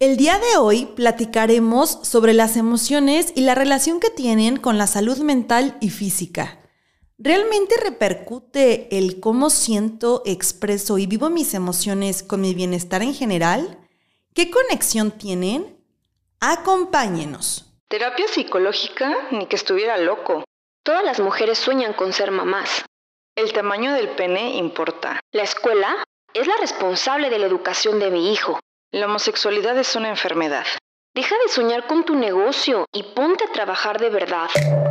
El día de hoy platicaremos sobre las emociones y la relación que tienen con la salud mental y física. ¿Realmente repercute el cómo siento, expreso y vivo mis emociones con mi bienestar en general? ¿Qué conexión tienen? Acompáñenos. Terapia psicológica, ni que estuviera loco. Todas las mujeres sueñan con ser mamás. El tamaño del pene importa. La escuela es la responsable de la educación de mi hijo. La homosexualidad es una enfermedad. Deja de soñar con tu negocio y ponte a trabajar de verdad.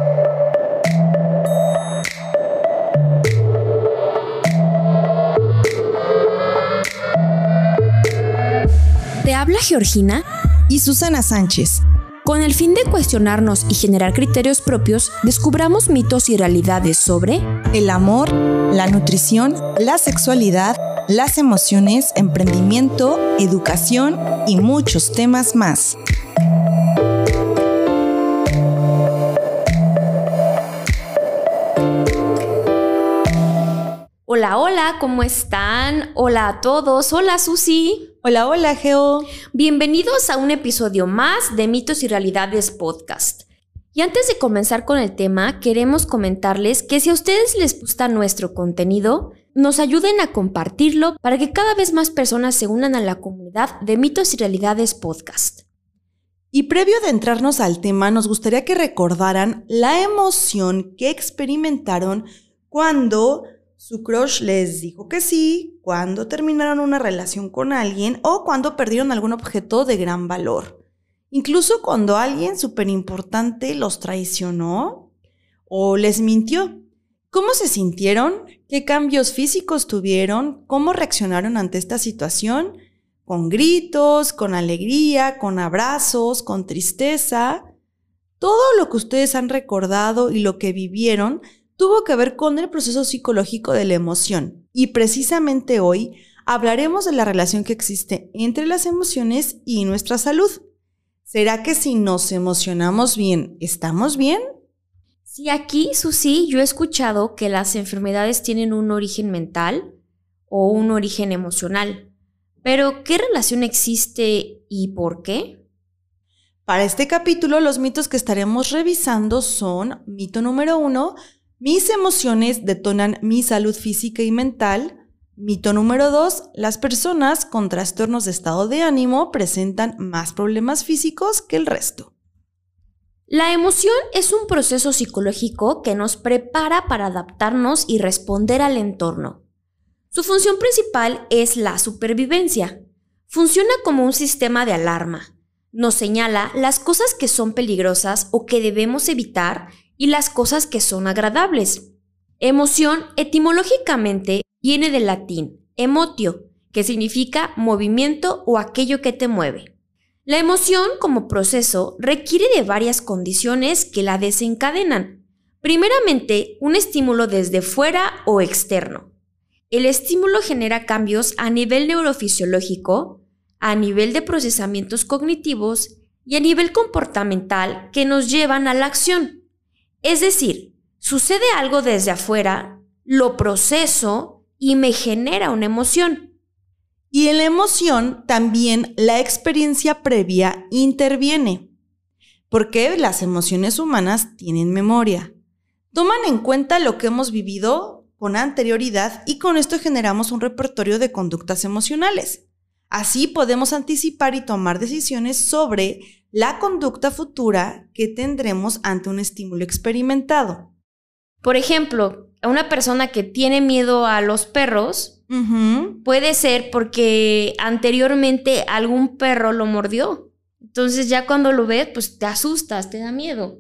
Te habla Georgina y Susana Sánchez. Con el fin de cuestionarnos y generar criterios propios, descubramos mitos y realidades sobre el amor, la nutrición, la sexualidad, las emociones, emprendimiento, educación y muchos temas más. Hola, hola, ¿cómo están? Hola a todos, hola Susi. Hola, hola Geo. Bienvenidos a un episodio más de Mitos y Realidades Podcast. Y antes de comenzar con el tema, queremos comentarles que si a ustedes les gusta nuestro contenido, nos ayuden a compartirlo para que cada vez más personas se unan a la comunidad de Mitos y Realidades Podcast. Y previo de entrarnos al tema, nos gustaría que recordaran la emoción que experimentaron cuando su crush les dijo que sí, cuando terminaron una relación con alguien o cuando perdieron algún objeto de gran valor. Incluso cuando alguien súper importante los traicionó o les mintió. ¿Cómo se sintieron? ¿Qué cambios físicos tuvieron? ¿Cómo reaccionaron ante esta situación? ¿Con gritos, con alegría, con abrazos, con tristeza? Todo lo que ustedes han recordado y lo que vivieron tuvo que ver con el proceso psicológico de la emoción. Y precisamente hoy hablaremos de la relación que existe entre las emociones y nuestra salud. ¿Será que si nos emocionamos bien, estamos bien? Sí, aquí, Susi, yo he escuchado que las enfermedades tienen un origen mental o un origen emocional. Pero, ¿qué relación existe y por qué? Para este capítulo, los mitos que estaremos revisando son: mito número 1, mis emociones detonan mi salud física y mental. Mito número 2, las personas con trastornos de estado de ánimo presentan más problemas físicos que el resto. La emoción es un proceso psicológico que nos prepara para adaptarnos y responder al entorno. Su función principal es la supervivencia. Funciona como un sistema de alarma. Nos señala las cosas que son peligrosas o que debemos evitar y las cosas que son agradables. Emoción, etimológicamente, viene del latín emotio, que significa movimiento o aquello que te mueve. La emoción, como proceso, requiere de varias condiciones que la desencadenan. Primeramente, un estímulo desde fuera o externo. El estímulo genera cambios a nivel neurofisiológico, a nivel de procesamientos cognitivos y a nivel comportamental que nos llevan a la acción. Es decir, sucede algo desde afuera, lo proceso y me genera una emoción. Y en la emoción también la experiencia previa interviene, porque las emociones humanas tienen memoria. Toman en cuenta lo que hemos vivido con anterioridad y con esto generamos un repertorio de conductas emocionales. Así podemos anticipar y tomar decisiones sobre la conducta futura que tendremos ante un estímulo experimentado. Por ejemplo, una persona que tiene miedo a los perros puede ser porque anteriormente algún perro lo mordió. Entonces ya cuando lo ves, pues te asustas, te da miedo.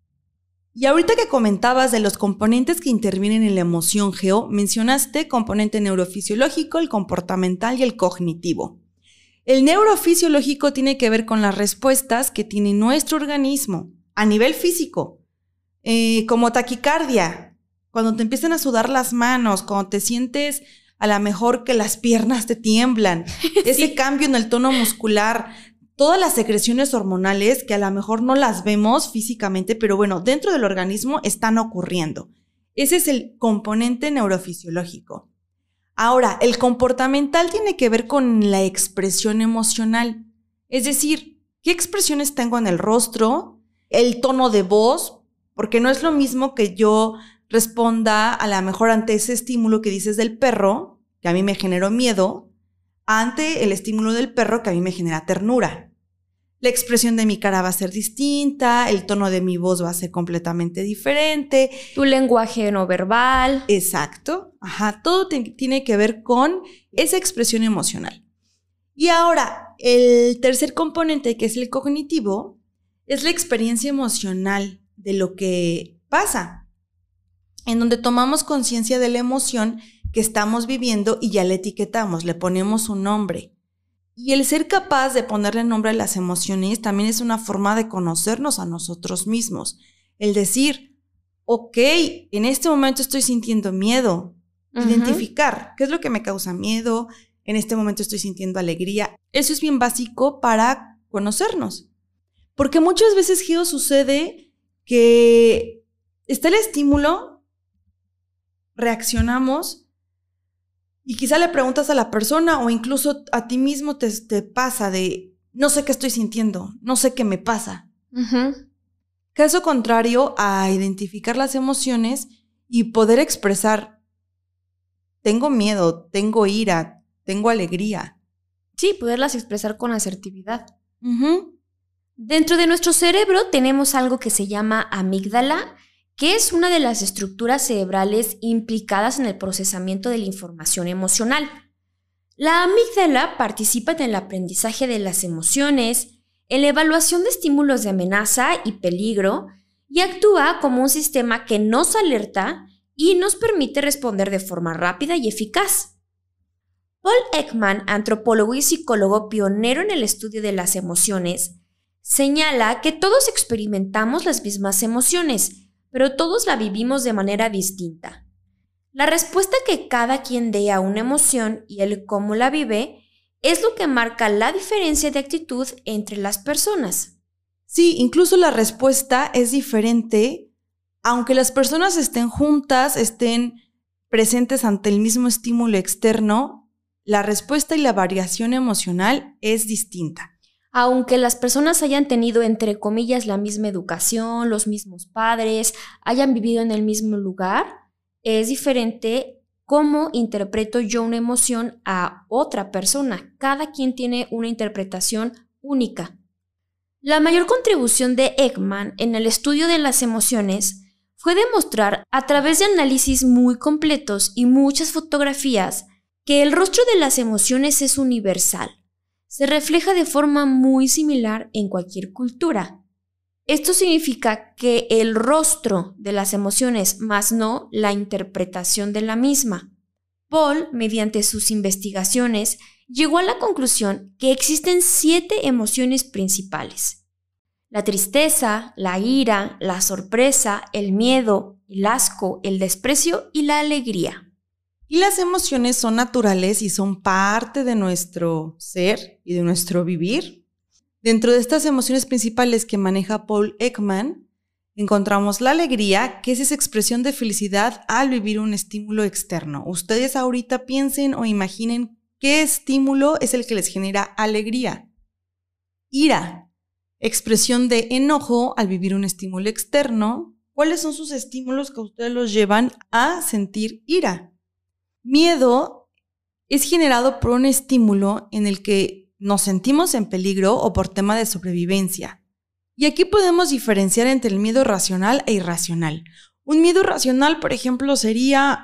Y ahorita que comentabas de los componentes que intervienen en la emoción, Geo, mencionaste componente neurofisiológico, el comportamental y el cognitivo. El neurofisiológico tiene que ver con las respuestas que tiene nuestro organismo a nivel físico, como taquicardia, cuando te empiezan a sudar las manos, cuando te sientes a lo mejor que las piernas te tiemblan, ese cambio en el tono muscular, todas las secreciones hormonales que a lo mejor no las vemos físicamente, pero bueno, dentro del organismo están ocurriendo. Ese es el componente neurofisiológico. Ahora, el comportamental tiene que ver con la expresión emocional. Es decir, ¿qué expresiones tengo en el rostro? El tono de voz, porque no es lo mismo que yo responda a lo mejor ante ese estímulo que dices del perro, que a mí me generó miedo, ante el estímulo del perro que a mí me genera ternura. La expresión de mi cara va a ser distinta, el tono de mi voz va a ser completamente diferente. Tu lenguaje no verbal. Exacto. Todo tiene que ver con esa expresión emocional. Y ahora, el tercer componente, que es el cognitivo, es la experiencia emocional de lo que pasa, en donde tomamos conciencia de la emoción que estamos viviendo y ya la etiquetamos, le ponemos un nombre. Y el ser capaz de ponerle nombre a las emociones también es una forma de conocernos a nosotros mismos. El decir, ok, en este momento estoy sintiendo miedo. Identificar qué es lo que me causa miedo. En este momento estoy sintiendo alegría. Eso es bien básico para conocernos. Porque muchas veces, Gio, sucede que está el estímulo, reaccionamos y quizá le preguntas a la persona o incluso a ti mismo te pasa de no sé qué estoy sintiendo, no sé qué me pasa. Caso contrario a identificar las emociones y poder expresar tengo miedo, tengo ira, tengo alegría. Sí, poderlas expresar con asertividad. Dentro de nuestro cerebro tenemos algo que se llama amígdala, que es una de las estructuras cerebrales implicadas en el procesamiento de la información emocional. La amígdala participa en el aprendizaje de las emociones, en la evaluación de estímulos de amenaza y peligro, y actúa como un sistema que nos alerta y nos permite responder de forma rápida y eficaz. Paul Ekman, antropólogo y psicólogo pionero en el estudio de las emociones, señala que todos experimentamos las mismas emociones, pero todos la vivimos de manera distinta. La respuesta que cada quien dé a una emoción y el cómo la vive es lo que marca la diferencia de actitud entre las personas. Sí, incluso la respuesta es diferente, aunque las personas estén juntas, estén presentes ante el mismo estímulo externo, la respuesta y la variación emocional es distinta. Aunque las personas hayan tenido, entre comillas, la misma educación, los mismos padres, hayan vivido en el mismo lugar, es diferente cómo interpreto yo una emoción a otra persona. Cada quien tiene una interpretación única. La mayor contribución de Ekman en el estudio de las emociones fue demostrar, a través de análisis muy completos y muchas fotografías, que el rostro de las emociones es universal. Se refleja de forma muy similar en cualquier cultura. Esto significa que el rostro de las emociones, más no la interpretación de la misma. Paul, mediante sus investigaciones, llegó a la conclusión que existen 7 emociones principales: la tristeza, la ira, la sorpresa, el miedo, el asco, el desprecio y la alegría. Y las emociones son naturales y son parte de nuestro ser y de nuestro vivir. Dentro de estas emociones principales que maneja Paul Ekman, encontramos la alegría, que es esa expresión de felicidad al vivir un estímulo externo. Ustedes ahorita piensen o imaginen qué estímulo es el que les genera alegría. Ira, expresión de enojo al vivir un estímulo externo. ¿Cuáles son sus estímulos que ustedes los llevan a sentir ira? Miedo es generado por un estímulo en el que nos sentimos en peligro o por tema de sobrevivencia. Y aquí podemos diferenciar entre el miedo racional e irracional. Un miedo racional, por ejemplo, sería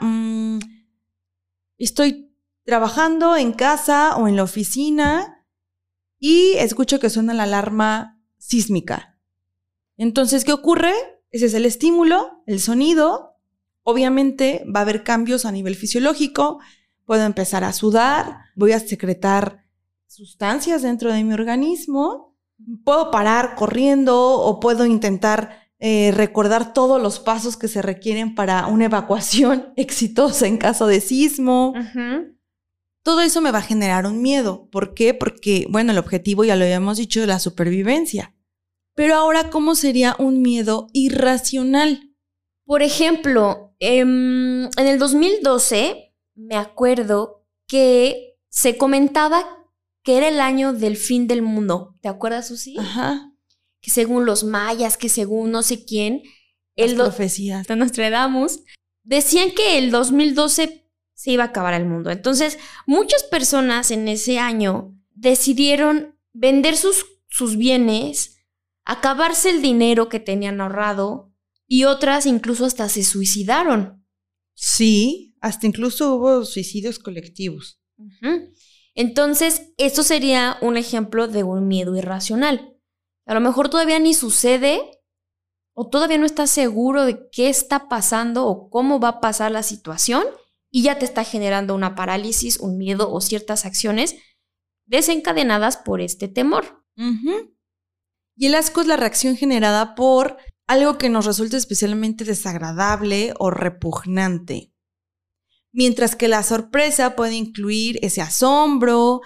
estoy trabajando en casa o en la oficina y escucho que suena la alarma sísmica. Entonces, ¿qué ocurre? Ese es el estímulo, el sonido. Obviamente va a haber cambios a nivel fisiológico, puedo empezar a sudar, voy a secretar sustancias dentro de mi organismo, puedo parar corriendo o puedo intentar recordar todos los pasos que se requieren para una evacuación exitosa en caso de sismo. Todo eso me va a generar un miedo. ¿Por qué? Porque, bueno, el objetivo, ya lo habíamos dicho, es la supervivencia. Pero ahora, ¿cómo sería un miedo irracional? Por ejemplo, en el 2012 me acuerdo que se comentaba que era el año del fin del mundo. ¿Te acuerdas, Susi? Ajá. Que según los mayas, que según no sé quién, Las profecías. Nostradamus, decían que el 2012 se iba a acabar el mundo. Entonces, muchas personas en ese año decidieron vender sus bienes, acabarse el dinero que tenían ahorrado y otras incluso hasta se suicidaron. Sí, hasta incluso hubo suicidios colectivos. Uh-huh. Entonces, esto sería un ejemplo de un miedo irracional. A lo mejor todavía ni sucede o todavía no estás seguro de qué está pasando o cómo va a pasar la situación y ya te está generando una parálisis, un miedo o ciertas acciones desencadenadas por este temor. Uh-huh. Y el asco es la reacción generada por algo que nos resulta especialmente desagradable o repugnante. Mientras que la sorpresa puede incluir ese asombro,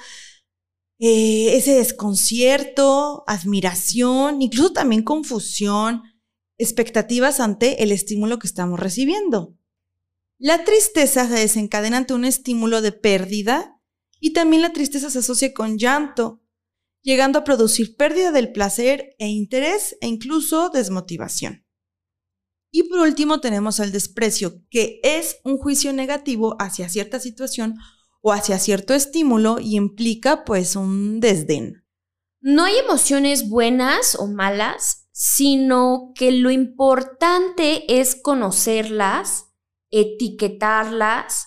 ese desconcierto, admiración, incluso también confusión, expectativas ante el estímulo que estamos recibiendo. La tristeza se desencadena ante un estímulo de pérdida y también la tristeza se asocia con llanto, llegando a producir pérdida del placer e interés e incluso desmotivación. Y por último tenemos el desprecio, que es un juicio negativo hacia cierta situación o hacia cierto estímulo y implica pues un desdén. No hay emociones buenas o malas, sino que lo importante es conocerlas, etiquetarlas,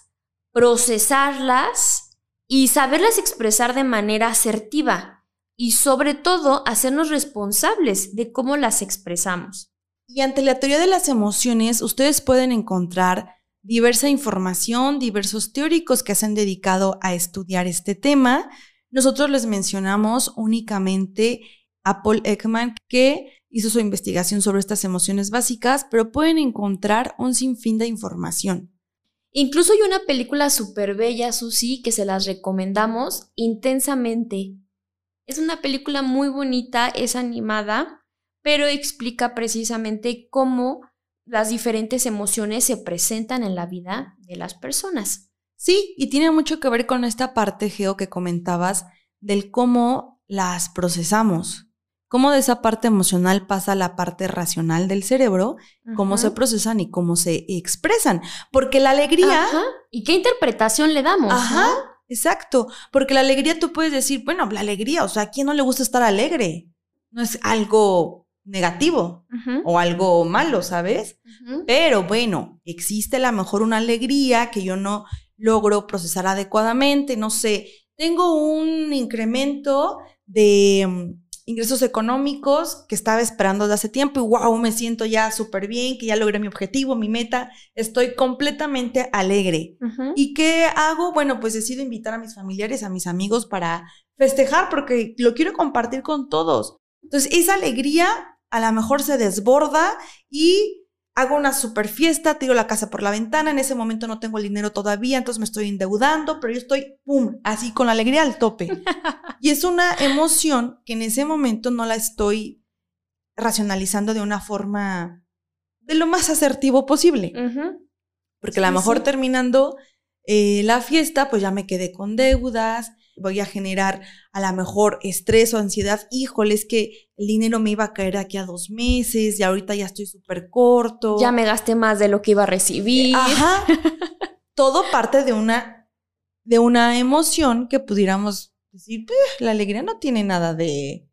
procesarlas y saberlas expresar de manera asertiva y sobre todo hacernos responsables de cómo las expresamos. Y ante la teoría de las emociones, ustedes pueden encontrar diversa información, diversos teóricos que se han dedicado a estudiar este tema. Nosotros les mencionamos únicamente a Paul Ekman, que hizo su investigación sobre estas emociones básicas, pero pueden encontrar un sinfín de información. Incluso hay una película súper bella, Susi, que se las recomendamos intensamente. Es una película muy bonita, es animada, pero explica precisamente cómo las diferentes emociones se presentan en la vida de las personas. Sí, y tiene mucho que ver con esta parte, Geo, que comentabas, del cómo las procesamos. Cómo de esa parte emocional pasa a la parte racional del cerebro, cómo se procesan y cómo se expresan. Porque la alegría... Ajá. ¿Y qué interpretación le damos? Ajá, ¿no? exacto. Porque la alegría tú puedes decir, bueno, la alegría, o sea, ¿a quién no le gusta estar alegre? No es algo negativo o algo malo, ¿sabes? Pero bueno, existe a lo mejor una alegría que yo no logro procesar adecuadamente, no sé, tengo un incremento de ingresos económicos que estaba esperando desde hace tiempo y wow, me siento ya súper bien, que ya logré mi objetivo, mi meta, estoy completamente alegre. ¿Y qué hago? Bueno, pues decido invitar a mis familiares, a mis amigos para festejar porque lo quiero compartir con todos. Entonces, esa alegría a lo mejor se desborda y hago una super fiesta, tiro la casa por la ventana, en ese momento no tengo el dinero todavía, entonces me estoy endeudando, pero yo estoy, ¡pum!, así con la alegría al tope. Y es una emoción que en ese momento no la estoy racionalizando de una forma de lo más asertivo posible. Porque a lo mejor terminando la fiesta, pues ya me quedé con deudas, voy a generar a lo mejor estrés o ansiedad. Híjole, es que el dinero me iba a caer aquí a 2 meses y ahorita ya estoy súper corto. Ya me gasté más de lo que iba a recibir. Ajá. Todo parte de una emoción que pudiéramos decir, la alegría no tiene nada de...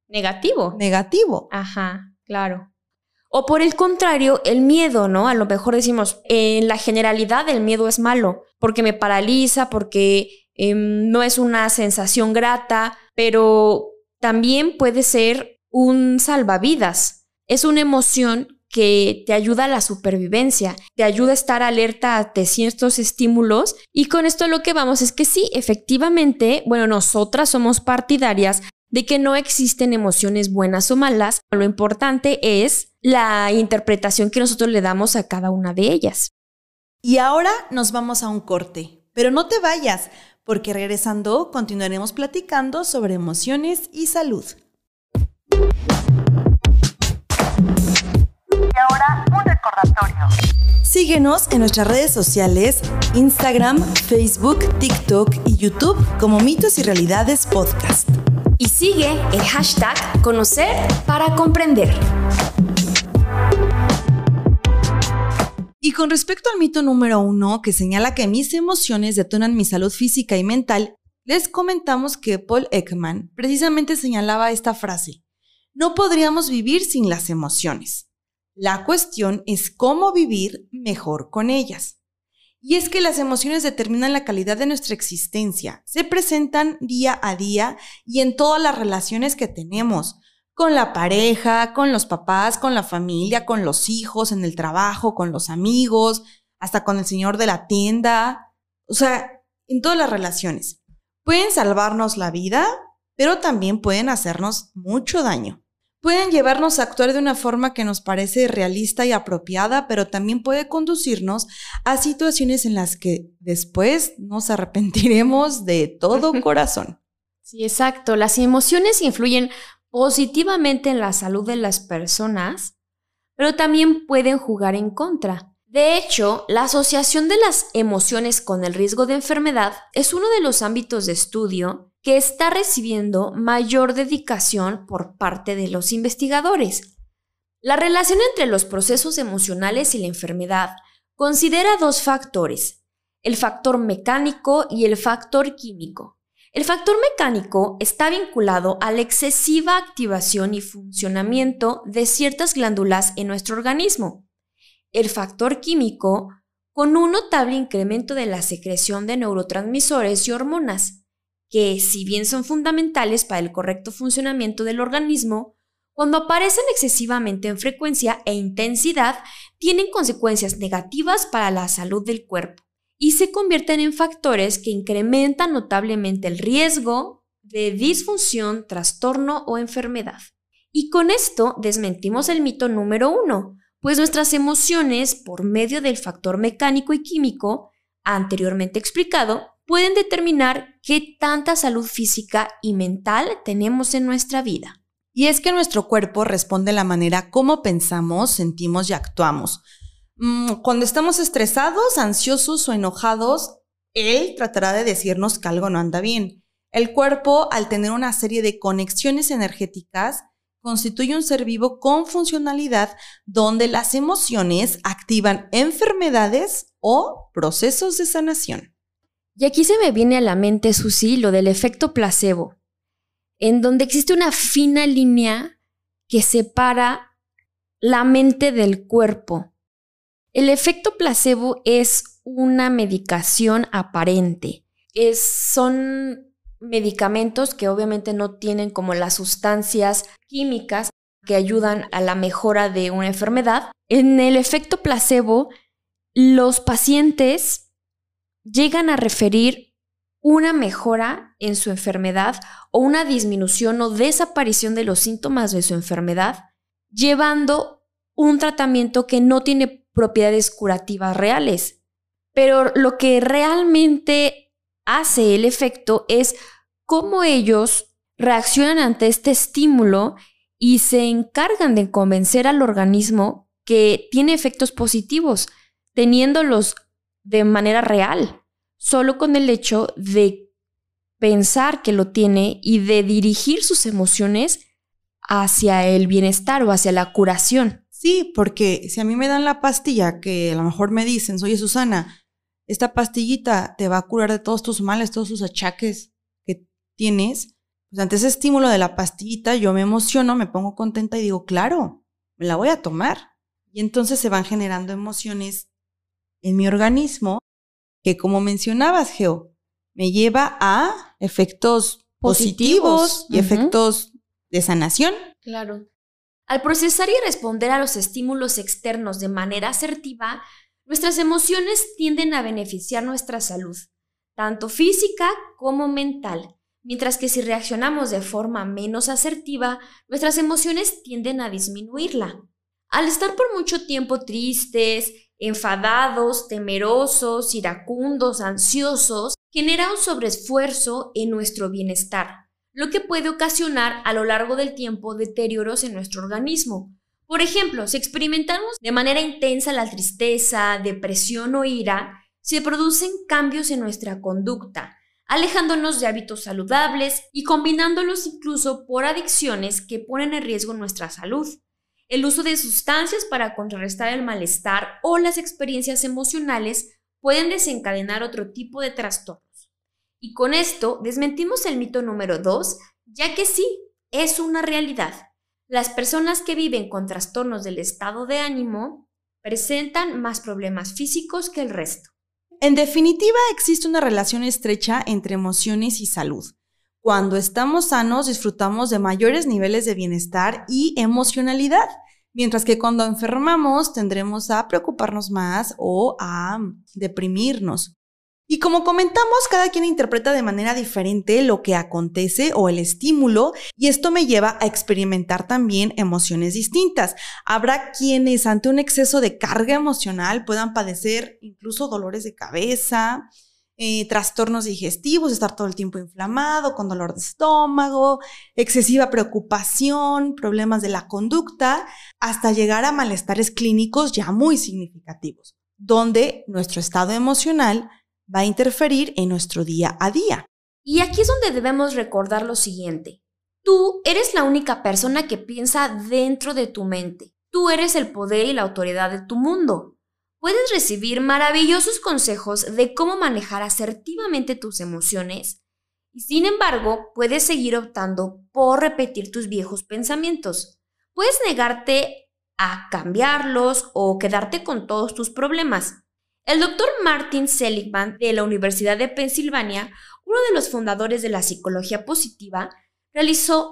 Negativo. Ajá, claro. O por el contrario, el miedo, ¿no? A lo mejor decimos, en la generalidad el miedo es malo, porque me paraliza, porque no es una sensación grata, pero también puede ser un salvavidas. Es una emoción que te ayuda a la supervivencia, te ayuda a estar alerta ante ciertos estímulos y con esto lo que vamos es que sí, efectivamente, bueno, nosotras somos partidarias de que no existen emociones buenas o malas, lo importante es la interpretación que nosotros le damos a cada una de ellas. Y ahora nos vamos a un corte, pero no te vayas, porque regresando continuaremos platicando sobre emociones y salud. ahora un recordatorio. Síguenos en nuestras redes sociales, Instagram, Facebook, TikTok y YouTube como Mitos y Realidades Podcast. Y sigue el hashtag Conocer para Comprender. Y con respecto al mito número 1, que señala que mis emociones detonan mi salud física y mental, les comentamos que Paul Ekman precisamente señalaba esta frase: no podríamos vivir sin las emociones. La cuestión es cómo vivir mejor con ellas. Y es que las emociones determinan la calidad de nuestra existencia, se presentan día a día y en todas las relaciones que tenemos, con la pareja, con los papás, con la familia, con los hijos, en el trabajo, con los amigos, hasta con el señor de la tienda, o sea, en todas las relaciones. Pueden salvarnos la vida, pero también pueden hacernos mucho daño. Pueden llevarnos a actuar de una forma que nos parece realista y apropiada, pero también puede conducirnos a situaciones en las que después nos arrepentiremos de todo corazón. Sí, exacto. Las emociones influyen positivamente en la salud de las personas, pero también pueden jugar en contra. De hecho, la asociación de las emociones con el riesgo de enfermedad es uno de los ámbitos de estudio que está recibiendo mayor dedicación por parte de los investigadores. La relación entre los procesos emocionales y la enfermedad considera dos factores: el factor mecánico y el factor químico. El factor mecánico está vinculado a la excesiva activación y funcionamiento de ciertas glándulas en nuestro organismo. El factor químico, con un notable incremento de la secreción de neurotransmisores y hormonas, que, si bien son fundamentales para el correcto funcionamiento del organismo, cuando aparecen excesivamente en frecuencia e intensidad, tienen consecuencias negativas para la salud del cuerpo y se convierten en factores que incrementan notablemente el riesgo de disfunción, trastorno o enfermedad. Y con esto desmentimos el mito número 1, pues nuestras emociones, por medio del factor mecánico y químico anteriormente explicado, pueden determinar qué tanta salud física y mental tenemos en nuestra vida. Y es que nuestro cuerpo responde de la manera como pensamos, sentimos y actuamos. Cuando estamos estresados, ansiosos o enojados, él tratará de decirnos que algo no anda bien. El cuerpo, al tener una serie de conexiones energéticas, constituye un ser vivo con funcionalidad donde las emociones activan enfermedades o procesos de sanación. Y aquí se me viene a la mente, Susi, lo del efecto placebo, en donde existe una fina línea que separa la mente del cuerpo. El efecto placebo es una medicación aparente. Son medicamentos que obviamente no tienen como las sustancias químicas que ayudan a la mejora de una enfermedad. En el efecto placebo, los pacientes llegan a referir una mejora en su enfermedad o una disminución o desaparición de los síntomas de su enfermedad, llevando un tratamiento que no tiene propiedades curativas reales. Pero lo que realmente hace el efecto es cómo ellos reaccionan ante este estímulo y se encargan de convencer al organismo que tiene efectos positivos, teniéndolos de manera real, solo con el hecho de pensar que lo tiene y de dirigir sus emociones hacia el bienestar o hacia la curación. Sí, porque si a mí me dan la pastilla que a lo mejor me dicen, oye Susana, esta pastillita te va a curar de todos tus males, todos tus achaques que tienes, pues ante ese estímulo de la pastillita yo me emociono, me pongo contenta y digo, claro, me la voy a tomar. Y entonces se van generando emociones en mi organismo que, como mencionabas, Geo, me lleva a efectos positivos y efectos de sanación. Claro. Al procesar y responder a los estímulos externos de manera asertiva, nuestras emociones tienden a beneficiar nuestra salud, tanto física como mental, mientras que si reaccionamos de forma menos asertiva, nuestras emociones tienden a disminuirla. Al estar por mucho tiempo tristes, enfadados, temerosos, iracundos, ansiosos, genera un sobreesfuerzo en nuestro bienestar, lo que puede ocasionar a lo largo del tiempo deterioros en nuestro organismo, Por ejemplo, si experimentamos de manera intensa la tristeza, depresión o ira, se producen cambios en nuestra conducta, alejándonos de hábitos saludables y combinándolos incluso por adicciones que ponen en riesgo nuestra salud. El uso de sustancias para contrarrestar el malestar o las experiencias emocionales pueden desencadenar otro tipo de trastornos. Y con esto desmentimos el mito número 2, ya que sí, es una realidad. Las personas que viven con trastornos del estado de ánimo presentan más problemas físicos que el resto. En definitiva, existe una relación estrecha entre emociones y salud. Cuando estamos sanos, disfrutamos de mayores niveles de bienestar y emocionalidad, mientras que cuando enfermamos tendremos a preocuparnos más o a deprimirnos. Y como comentamos, cada quien interpreta de manera diferente lo que acontece o el estímulo, y esto me lleva a experimentar también emociones distintas. Habrá quienes ante un exceso de carga emocional puedan padecer incluso dolores de cabeza, trastornos digestivos, estar todo el tiempo inflamado, con dolor de estómago, excesiva preocupación, problemas de la conducta, hasta llegar a malestares clínicos ya muy significativos, donde nuestro estado emocional va a interferir en nuestro día a día. Y aquí es donde debemos recordar lo siguiente. Tú eres la única persona que piensa dentro de tu mente. Tú eres el poder y la autoridad de tu mundo. Puedes recibir maravillosos consejos de cómo manejar asertivamente tus emociones y, sin embargo, puedes seguir optando por repetir tus viejos pensamientos. Puedes negarte a cambiarlos o quedarte con todos tus problemas. El doctor Martin Seligman de la Universidad de Pensilvania, uno de los fundadores de la psicología positiva, realizó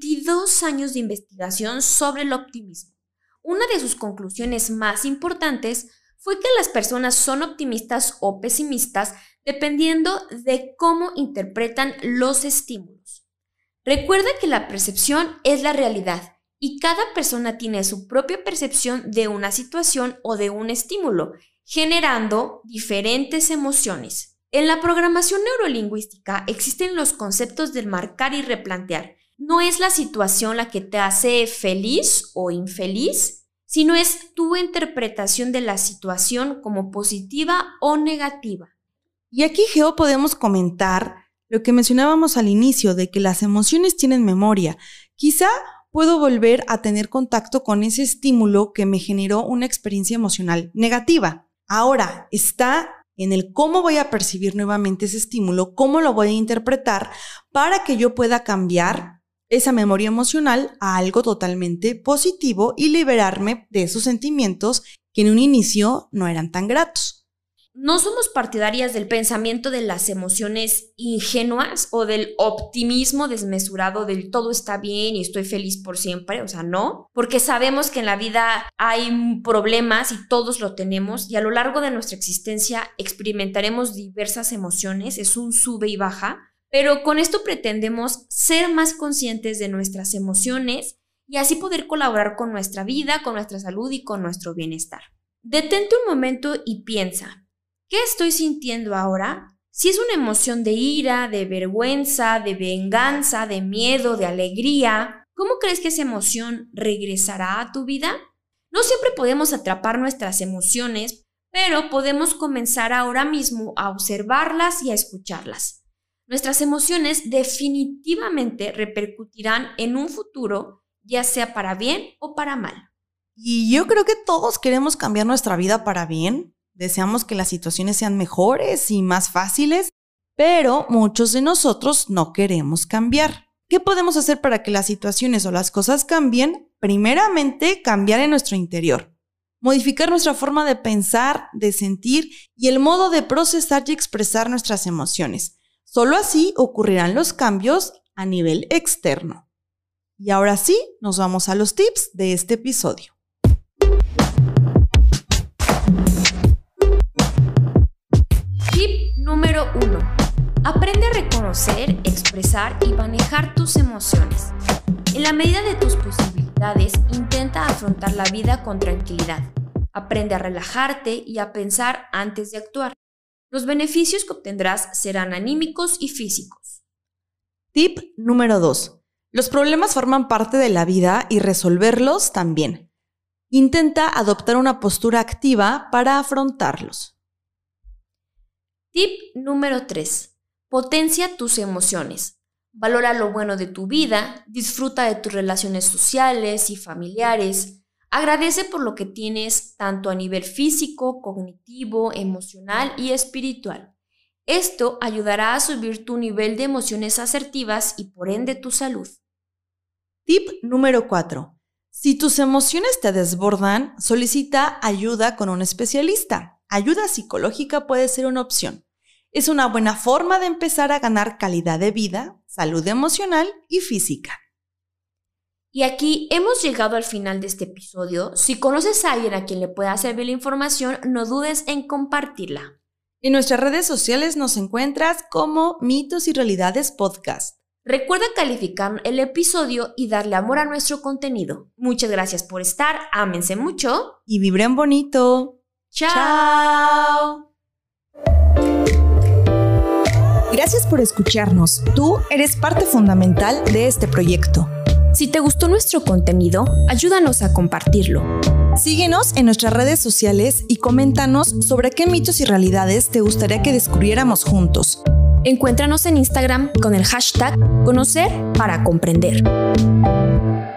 22 años de investigación sobre el optimismo. Una de sus conclusiones más importantes fue que las personas son optimistas o pesimistas dependiendo de cómo interpretan los estímulos. Recuerda que la percepción es la realidad y cada persona tiene su propia percepción de una situación o de un estímulo, generando diferentes emociones. En la programación neurolingüística existen los conceptos del marcar y replantear. No es la situación la que te hace feliz o infeliz, sino es tu interpretación de la situación como positiva o negativa. Y aquí, Geo, podemos comentar lo que mencionábamos al inicio, de que las emociones tienen memoria. Quizá puedo volver a tener contacto con ese estímulo que me generó una experiencia emocional negativa. Ahora está en el cómo voy a percibir nuevamente ese estímulo, cómo lo voy a interpretar para que yo pueda cambiar esa memoria emocional a algo totalmente positivo y liberarme de esos sentimientos que en un inicio no eran tan gratos. No somos partidarias del pensamiento de las emociones ingenuas o del optimismo desmesurado del todo está bien y estoy feliz por siempre, o sea, no, porque sabemos que en la vida hay problemas y todos lo tenemos y a lo largo de nuestra existencia experimentaremos diversas emociones, es un sube y baja, pero con esto pretendemos ser más conscientes de nuestras emociones y así poder colaborar con nuestra vida, con nuestra salud y con nuestro bienestar. Detente un momento y piensa. ¿Qué estoy sintiendo ahora? Si es una emoción de ira, de vergüenza, de venganza, de miedo, de alegría, ¿cómo crees que esa emoción regresará a tu vida? No siempre podemos atrapar nuestras emociones, pero podemos comenzar ahora mismo a observarlas y a escucharlas. Nuestras emociones definitivamente repercutirán en un futuro, ya sea para bien o para mal. Y yo creo que todos queremos cambiar nuestra vida para bien. Deseamos que las situaciones sean mejores y más fáciles, pero muchos de nosotros no queremos cambiar. ¿Qué podemos hacer para que las situaciones o las cosas cambien? Primeramente, cambiar en nuestro interior. Modificar nuestra forma de pensar, de sentir y el modo de procesar y expresar nuestras emociones. Solo así ocurrirán los cambios a nivel externo. Y ahora sí, nos vamos a los tips de este episodio. Tip número 1. Aprende a reconocer, expresar y manejar tus emociones. En la medida de tus posibilidades, intenta afrontar la vida con tranquilidad. Aprende a relajarte y a pensar antes de actuar. Los beneficios que obtendrás serán anímicos y físicos. Tip número 2. Los problemas forman parte de la vida y resolverlos también. Intenta adoptar una postura activa para afrontarlos. Tip número 3. Potencia tus emociones. Valora lo bueno de tu vida, disfruta de tus relaciones sociales y familiares. Agradece por lo que tienes tanto a nivel físico, cognitivo, emocional y espiritual. Esto ayudará a subir tu nivel de emociones asertivas y por ende tu salud. Tip número 4. Si tus emociones te desbordan, solicita ayuda con un especialista. Ayuda psicológica puede ser una opción. Es una buena forma de empezar a ganar calidad de vida, salud emocional y física. Y aquí hemos llegado al final de este episodio. Si conoces a alguien a quien le pueda servir la información, no dudes en compartirla. En nuestras redes sociales nos encuentras como Mitos y Realidades Podcast. Recuerda calificar el episodio y darle amor a nuestro contenido. Muchas gracias por estar, ámense mucho y vibren bonito. ¡Chao! Gracias por escucharnos. Tú eres parte fundamental de este proyecto. Si te gustó nuestro contenido, ayúdanos a compartirlo. Síguenos en nuestras redes sociales y coméntanos sobre qué mitos y realidades te gustaría que descubriéramos juntos. Encuéntranos en Instagram con el hashtag Conocer para Comprender.